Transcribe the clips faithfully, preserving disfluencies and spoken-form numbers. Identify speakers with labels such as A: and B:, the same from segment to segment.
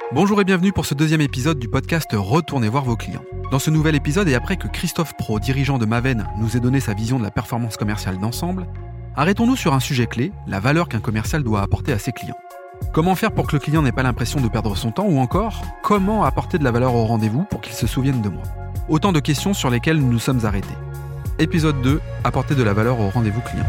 A: Bonjour et bienvenue pour ce deuxième épisode du podcast Retournez voir vos clients. Dans ce nouvel épisode et après que Christophe Pro, dirigeant de Maven, nous ait donné sa vision de la performance commerciale d'ensemble, arrêtons-nous sur un sujet clé, la valeur qu'un commercial doit apporter à ses clients. Comment faire pour que le client n'ait pas l'impression de perdre son temps ou encore, comment apporter de la valeur au rendez-vous pour qu'il se souvienne de moi ? Autant de questions sur lesquelles nous nous sommes arrêtés. Épisode deux, apporter de la valeur au rendez-vous client.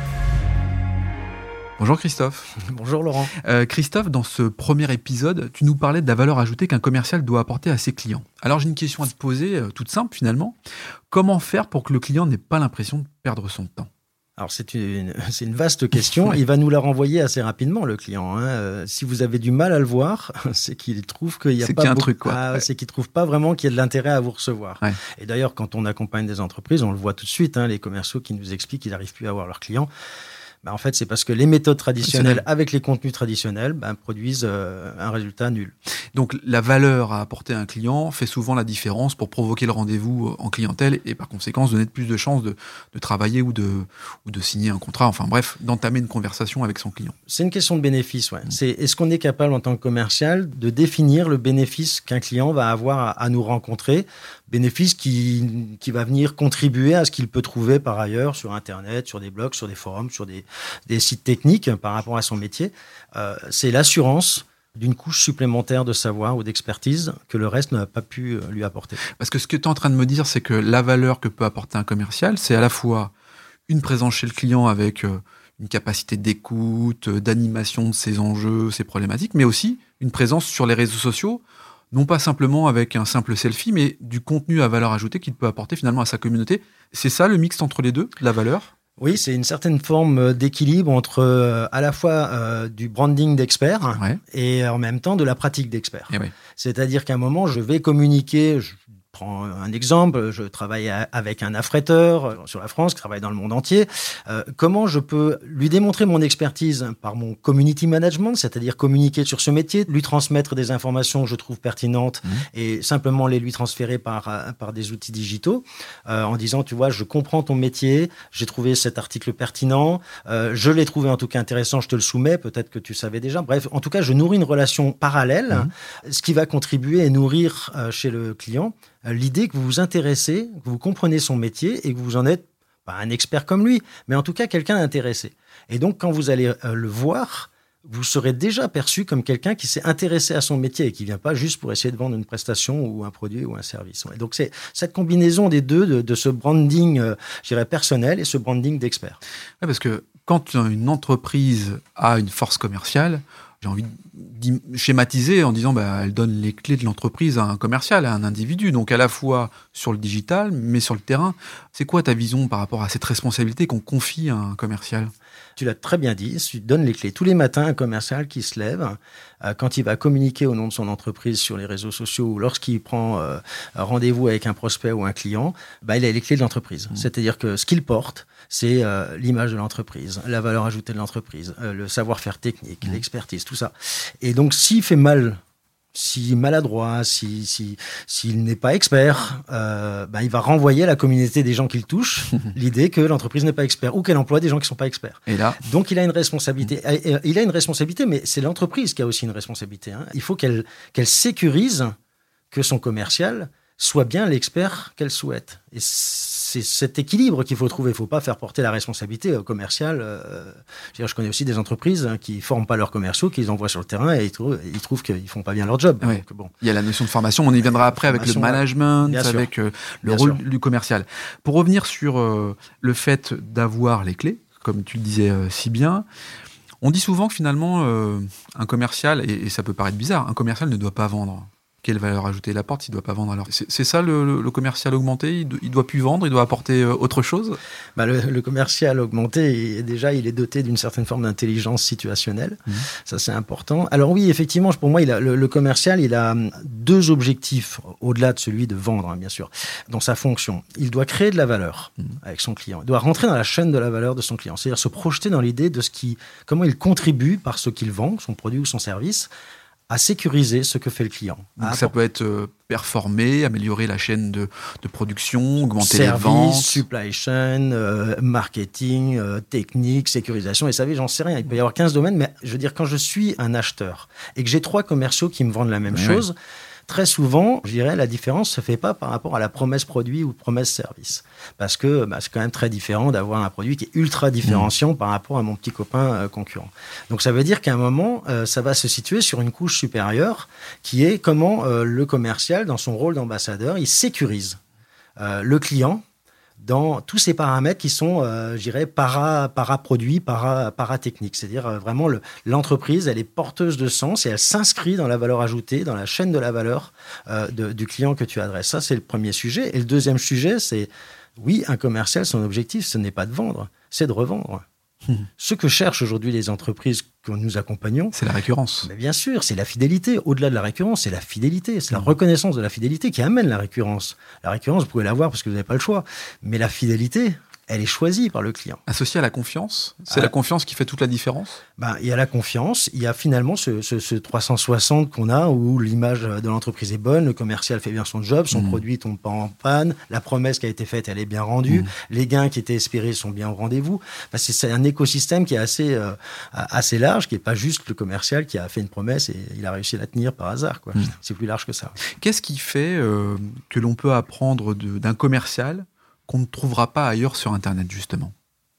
A: Bonjour Christophe.
B: Bonjour Laurent.
A: Euh, Christophe, dans ce premier épisode, tu nous parlais de la valeur ajoutée qu'un commercial doit apporter à ses clients. Alors j'ai une question à te poser, euh, toute simple finalement. Comment faire pour que le client n'ait pas l'impression de perdre son temps ?
B: Alors c'est une, c'est une vaste question. Il va nous la renvoyer assez rapidement, le client. Hein. Euh, si vous avez du mal à le voir, c'est qu'il trouve qu'il y a
A: c'est
B: pas
A: qu'il y a un
B: beaucoup,
A: truc, quoi.
B: Ah,
A: ouais.
B: C'est qu'il trouve pas vraiment qu'il y a de l'intérêt à vous recevoir.
A: Ouais.
B: Et d'ailleurs, quand on accompagne des entreprises, on le voit tout de suite. Hein, les commerciaux qui nous expliquent qu'ils n'arrivent plus à avoir leurs clients. Ben, en fait, c'est parce que les méthodes traditionnelles avec les contenus traditionnels ben, produisent euh, un résultat nul.
A: Donc, la valeur à apporter à un client fait souvent la différence pour provoquer le rendez-vous en clientèle et par conséquent donner plus de chances de, de travailler ou de, ou de signer un contrat. Enfin bref, d'entamer une conversation avec son client.
B: C'est une question de bénéfice. Ouais. Mmh. C'est, est-ce qu'on est capable en tant que commercial de définir le bénéfice qu'un client va avoir à, à nous rencontrer ? Bénéfice qui, qui va venir contribuer à ce qu'il peut trouver par ailleurs sur Internet, sur des blogs, sur des forums, sur des, des sites techniques par rapport à son métier. Euh, c'est l'assurance d'une couche supplémentaire de savoir ou d'expertise que le reste n'a pas pu lui apporter.
A: Parce que ce que tu es en train de me dire, c'est que la valeur que peut apporter un commercial, c'est à la fois une présence chez le client avec une capacité d'écoute, d'animation de ses enjeux, ses problématiques, mais aussi une présence sur les réseaux sociaux, non pas simplement avec un simple selfie, mais du contenu à valeur ajoutée qu'il peut apporter finalement à sa communauté. C'est ça le mix entre les deux, la valeur ?
B: Oui, c'est une certaine forme d'équilibre entre euh, à la fois euh, du branding d'expert
A: ouais.
B: et en même temps de la pratique d'expert.
A: Ouais.
B: C'est-à-dire qu'à un moment, je vais communiquer... Je... Je prends un exemple, je travaille avec un affréteur sur la France qui travaille dans le monde entier. Euh, comment je peux lui démontrer mon expertise par mon community management, c'est-à-dire communiquer sur ce métier, lui transmettre des informations que je trouve pertinentes mmh. et simplement les lui transférer par, par des outils digitaux euh, en disant, tu vois, je comprends ton métier, j'ai trouvé cet article pertinent, euh, je l'ai trouvé en tout cas intéressant, je te le soumets, peut-être que tu savais déjà. Bref, en tout cas, je nourris une relation parallèle, mmh. ce qui va contribuer et nourrir euh, chez le client l'idée que vous vous intéressez, que vous comprenez son métier et que vous en êtes pas un expert comme lui, mais en tout cas quelqu'un d'intéressé. Et donc, quand vous allez euh, le voir, vous serez déjà perçu comme quelqu'un qui s'est intéressé à son métier et qui ne vient pas juste pour essayer de vendre une prestation ou un produit ou un service. Et donc, c'est cette combinaison des deux, de, de ce branding, euh, je dirais, personnel et ce branding d'expert.
A: Ouais, parce que quand une entreprise a une force commerciale, j'ai envie de schématiser en disant bah, elle donne les clés de l'entreprise à un commercial, à un individu, donc à la fois sur le digital, mais sur le terrain. C'est quoi ta vision par rapport à cette responsabilité qu'on confie à un commercial ?
B: Tu l'as très bien dit, tu donnes les clés. Tous les matins, un commercial qui se lève, euh, quand il va communiquer au nom de son entreprise sur les réseaux sociaux ou lorsqu'il prend euh, rendez-vous avec un prospect ou un client, bah, il a les clés de l'entreprise. Mmh. C'est-à-dire que ce qu'il porte, c'est euh, l'image de l'entreprise, la valeur ajoutée de l'entreprise, euh, le savoir-faire technique, mmh. l'expertise, tout ça. Et donc, s'il fait mal, s'il est maladroit, si, si, s'il n'est pas expert, euh, ben il va renvoyer à la communauté des gens qu'il touche l'idée que l'entreprise n'est pas expert ou qu'elle emploie des gens qui ne sont pas experts.
A: Et là...
B: Donc, il a une responsabilité. Il a une responsabilité, mais c'est l'entreprise qui a aussi une responsabilité. Hein. Il faut qu'elle, qu'elle sécurise que son commercial soit bien l'expert qu'elle souhaite. Et c'est cet équilibre qu'il faut trouver. Il ne faut pas faire porter la responsabilité au commercial. Euh, je, veux dire, je connais aussi des entreprises hein, qui ne forment pas leurs commerciaux, qui les envoient sur le terrain et ils trouvent, ils trouvent qu'ils ne font pas bien leur job.
A: Oui.
B: Donc, bon.
A: Il y a la notion de formation, on y viendra après avec le management,
B: bien
A: avec euh, le
B: bien
A: rôle
B: sûr.
A: du commercial. Pour revenir sur euh, le fait d'avoir les clés, comme tu le disais euh, si bien, on dit souvent que finalement, euh, un commercial, et, et ça peut paraître bizarre, un commercial ne doit pas vendre. Quelle valeur ajoutée il apporte s'il ne doit pas vendre alors c'est, c'est ça le, le, le commercial augmenté, il ne doit plus vendre, il doit apporter euh, autre chose
B: bah le, le commercial augmenté, déjà, il est doté d'une certaine forme d'intelligence situationnelle. Mmh. Ça, c'est important. Alors oui, effectivement, pour moi, il a, le, le commercial, il a deux objectifs, au-delà de celui de vendre, hein, bien sûr, dans sa fonction. Il doit créer de la valeur mmh. avec son client. Il doit rentrer dans la chaîne de la valeur de son client, c'est-à-dire se projeter dans l'idée de ce qui, comment il contribue par ce qu'il vend, son produit ou son service, à sécuriser ce que fait le client.
A: Donc
B: à
A: ça peut être euh, performer, améliorer la chaîne de, de production, augmenter
B: service,
A: les ventes.
B: Supply chain, euh, marketing, euh, technique, sécurisation. Et vous savez, j'en sais rien. Il peut y avoir quinze domaines, mais je veux dire, quand je suis un acheteur et que j'ai trois commerciaux qui me vendent la même
A: Ouais.
B: chose, très souvent, je dirais, la différence se fait pas par rapport à la promesse produit ou promesse service. Parce que bah, c'est quand même très différent d'avoir un produit qui est ultra différenciant mmh. par rapport à mon petit copain euh, concurrent. Donc ça veut dire qu'à un moment, euh, ça va se situer sur une couche supérieure qui est comment euh, le commercial, dans son rôle d'ambassadeur, il sécurise euh, le client dans tous ces paramètres qui sont, euh, je dirais, para, para-produits, para, para-techniques. C'est-à-dire, euh, vraiment, le, l'entreprise, elle est porteuse de sens et elle s'inscrit dans la valeur ajoutée, dans la chaîne de la valeur euh, de, du client que tu adresses. Ça, c'est le premier sujet. Et le deuxième sujet, c'est, oui, un commercial, son objectif, ce n'est pas de vendre, c'est de revendre. Mmh. Ce que cherchent aujourd'hui les entreprises que nous accompagnons...
A: C'est la récurrence.
B: Mais bien sûr, c'est la fidélité. Au-delà de la récurrence, c'est la fidélité. C'est mmh. la reconnaissance de la fidélité qui amène la récurrence. La récurrence, vous pouvez l'avoir parce que vous n'avez pas le choix. Mais la fidélité, elle est choisie par le client.
A: Associée à la confiance, c'est ah. la confiance qui fait toute la différence.
B: Ben, il y a la confiance, il y a finalement ce, ce, ce trois cent soixante qu'on a où l'image de l'entreprise est bonne, le commercial fait bien son job, son mmh. produit tombe pas en panne, la promesse qui a été faite, elle est bien rendue, mmh. les gains qui étaient espérés sont bien au rendez-vous. Ben, c'est, c'est un écosystème qui est assez, euh, assez large, qui n'est pas juste le commercial qui a fait une promesse et il a réussi à la tenir par hasard, quoi. Mmh. C'est plus large que ça.
A: Qu'est-ce qui fait euh, que l'on peut apprendre de, d'un commercial qu'on ne trouvera pas ailleurs sur Internet, justement?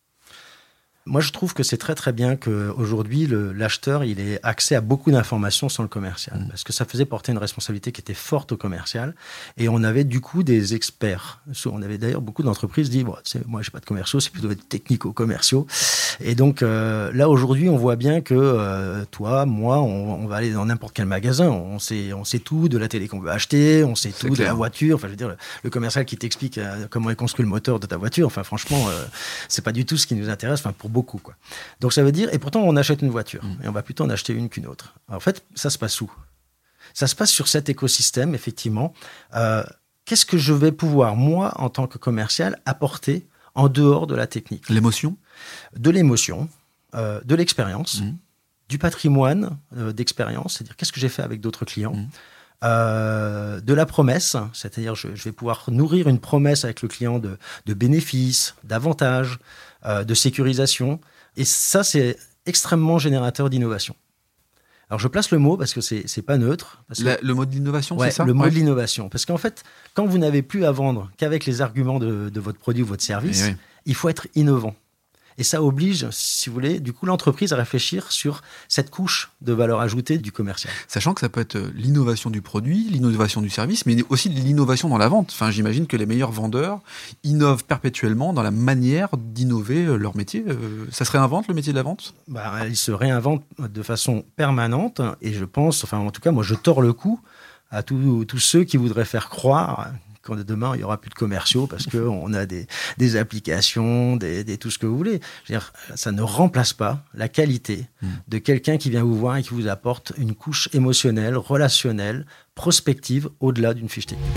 B: Moi, je trouve que c'est très, très bien qu'aujourd'hui, le, l'acheteur, il ait accès à beaucoup d'informations sans le commercial. Mmh. Parce que ça faisait porter une responsabilité qui était forte au commercial. Et on avait du coup des experts. On avait d'ailleurs beaucoup d'entreprises qui disent, bon, c'est, moi, je n'ai pas de commerciaux, c'est plutôt des technico-commerciaux. Et donc, euh, là, aujourd'hui, on voit bien que euh, toi, moi, on, on va aller dans n'importe quel magasin. On sait, on sait tout de la télé qu'on veut acheter, on sait c'est tout clair. De la voiture. Enfin, je veux dire, le, le commercial qui t'explique euh, comment est construit le moteur de ta voiture, enfin, franchement, euh, c'est pas du tout ce qui nous intéresse. Enfin, pour beaucoup, quoi. Donc ça veut dire, et pourtant on achète une voiture, mmh. et on va plutôt en acheter une qu'une autre. Alors, en fait, ça se passe où ? Ça se passe sur cet écosystème, effectivement. Euh, qu'est-ce que je vais pouvoir, moi, en tant que commercial, apporter en dehors de la technique ?
A: L'émotion ?
B: De l'émotion, euh, de l'expérience, mmh. du patrimoine euh, d'expérience, c'est-à-dire qu'est-ce que j'ai fait avec d'autres clients mmh. Euh, de la promesse, c'est-à-dire je, je vais pouvoir nourrir une promesse avec le client de, de bénéfices, d'avantages, euh, de sécurisation. Et ça, c'est extrêmement générateur d'innovation. Alors, je place le mot parce que c'est, c'est pas neutre. Parce que,
A: la, le mot de l'innovation,
B: ouais,
A: c'est ça ?
B: Le mot
A: ouais.
B: de l'innovation. Parce qu'en fait, quand vous n'avez plus à vendre qu'avec les arguments de, de votre produit ou votre service, oui. il faut être innovant. Et ça oblige, si vous voulez, du coup, l'entreprise à réfléchir sur cette couche de valeur ajoutée du commercial.
A: Sachant que ça peut être l'innovation du produit, l'innovation du service, mais aussi l'innovation dans la vente. Enfin, j'imagine que les meilleurs vendeurs innovent perpétuellement dans la manière d'innover leur métier. Ça se réinvente, le métier de la vente ?
B: Bah, ils se réinventent de façon permanente. Et je pense, enfin, en tout cas, moi, je tords le cou à tous, tous ceux qui voudraient faire croire quand demain, il n'y aura plus de commerciaux parce qu'on a des, des applications, des, des, tout ce que vous voulez. Je veux dire, ça ne remplace pas la qualité mmh. de quelqu'un qui vient vous voir et qui vous apporte une couche émotionnelle, relationnelle, prospective, au-delà d'une fiche technique.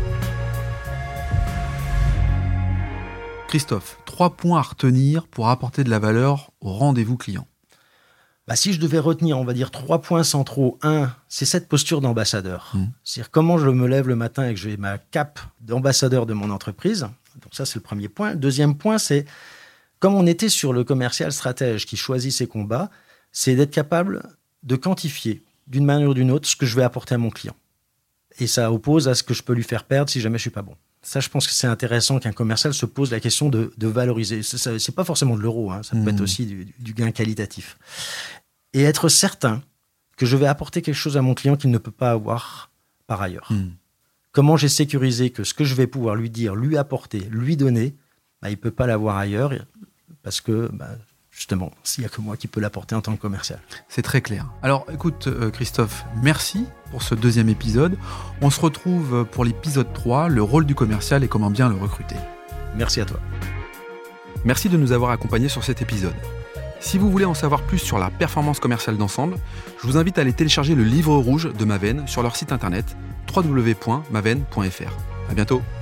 A: Christophe, trois points à retenir pour apporter de la valeur au rendez-vous client.
B: Bah, si je devais retenir, on va dire, trois points centraux. Un, c'est cette posture d'ambassadeur. Mmh. C'est-à-dire comment je me lève le matin et que j'ai ma cape d'ambassadeur de mon entreprise. Donc ça, c'est le premier point. Deuxième point, c'est, comme on était sur le commercial stratège qui choisit ses combats, c'est d'être capable de quantifier, d'une manière ou d'une autre, ce que je vais apporter à mon client. Et ça oppose à ce que je peux lui faire perdre si jamais je ne suis pas bon. Ça, je pense que c'est intéressant qu'un commercial se pose la question de, de valoriser. Ce n'est pas forcément de l'euro, hein, ça peut mmh. être aussi du, du gain qualitatif. Et être certain que je vais apporter quelque chose à mon client qu'il ne peut pas avoir par ailleurs. Mmh. Comment j'ai sécurisé que ce que je vais pouvoir lui dire, lui apporter, lui donner, bah, il ne peut pas l'avoir ailleurs parce que, bah, justement, s'il n'y a que moi qui peux l'apporter en tant que commercial.
A: C'est très clair. Alors, écoute, euh, Christophe, merci pour ce deuxième épisode. On se retrouve pour l'épisode trois, le rôle du commercial et comment bien le recruter.
B: Merci à toi.
A: Merci de nous avoir accompagnés sur cet épisode. Si vous voulez en savoir plus sur la performance commerciale d'ensemble, je vous invite à aller télécharger le livre rouge de Maven sur leur site internet w w w point maven point f r. À bientôt.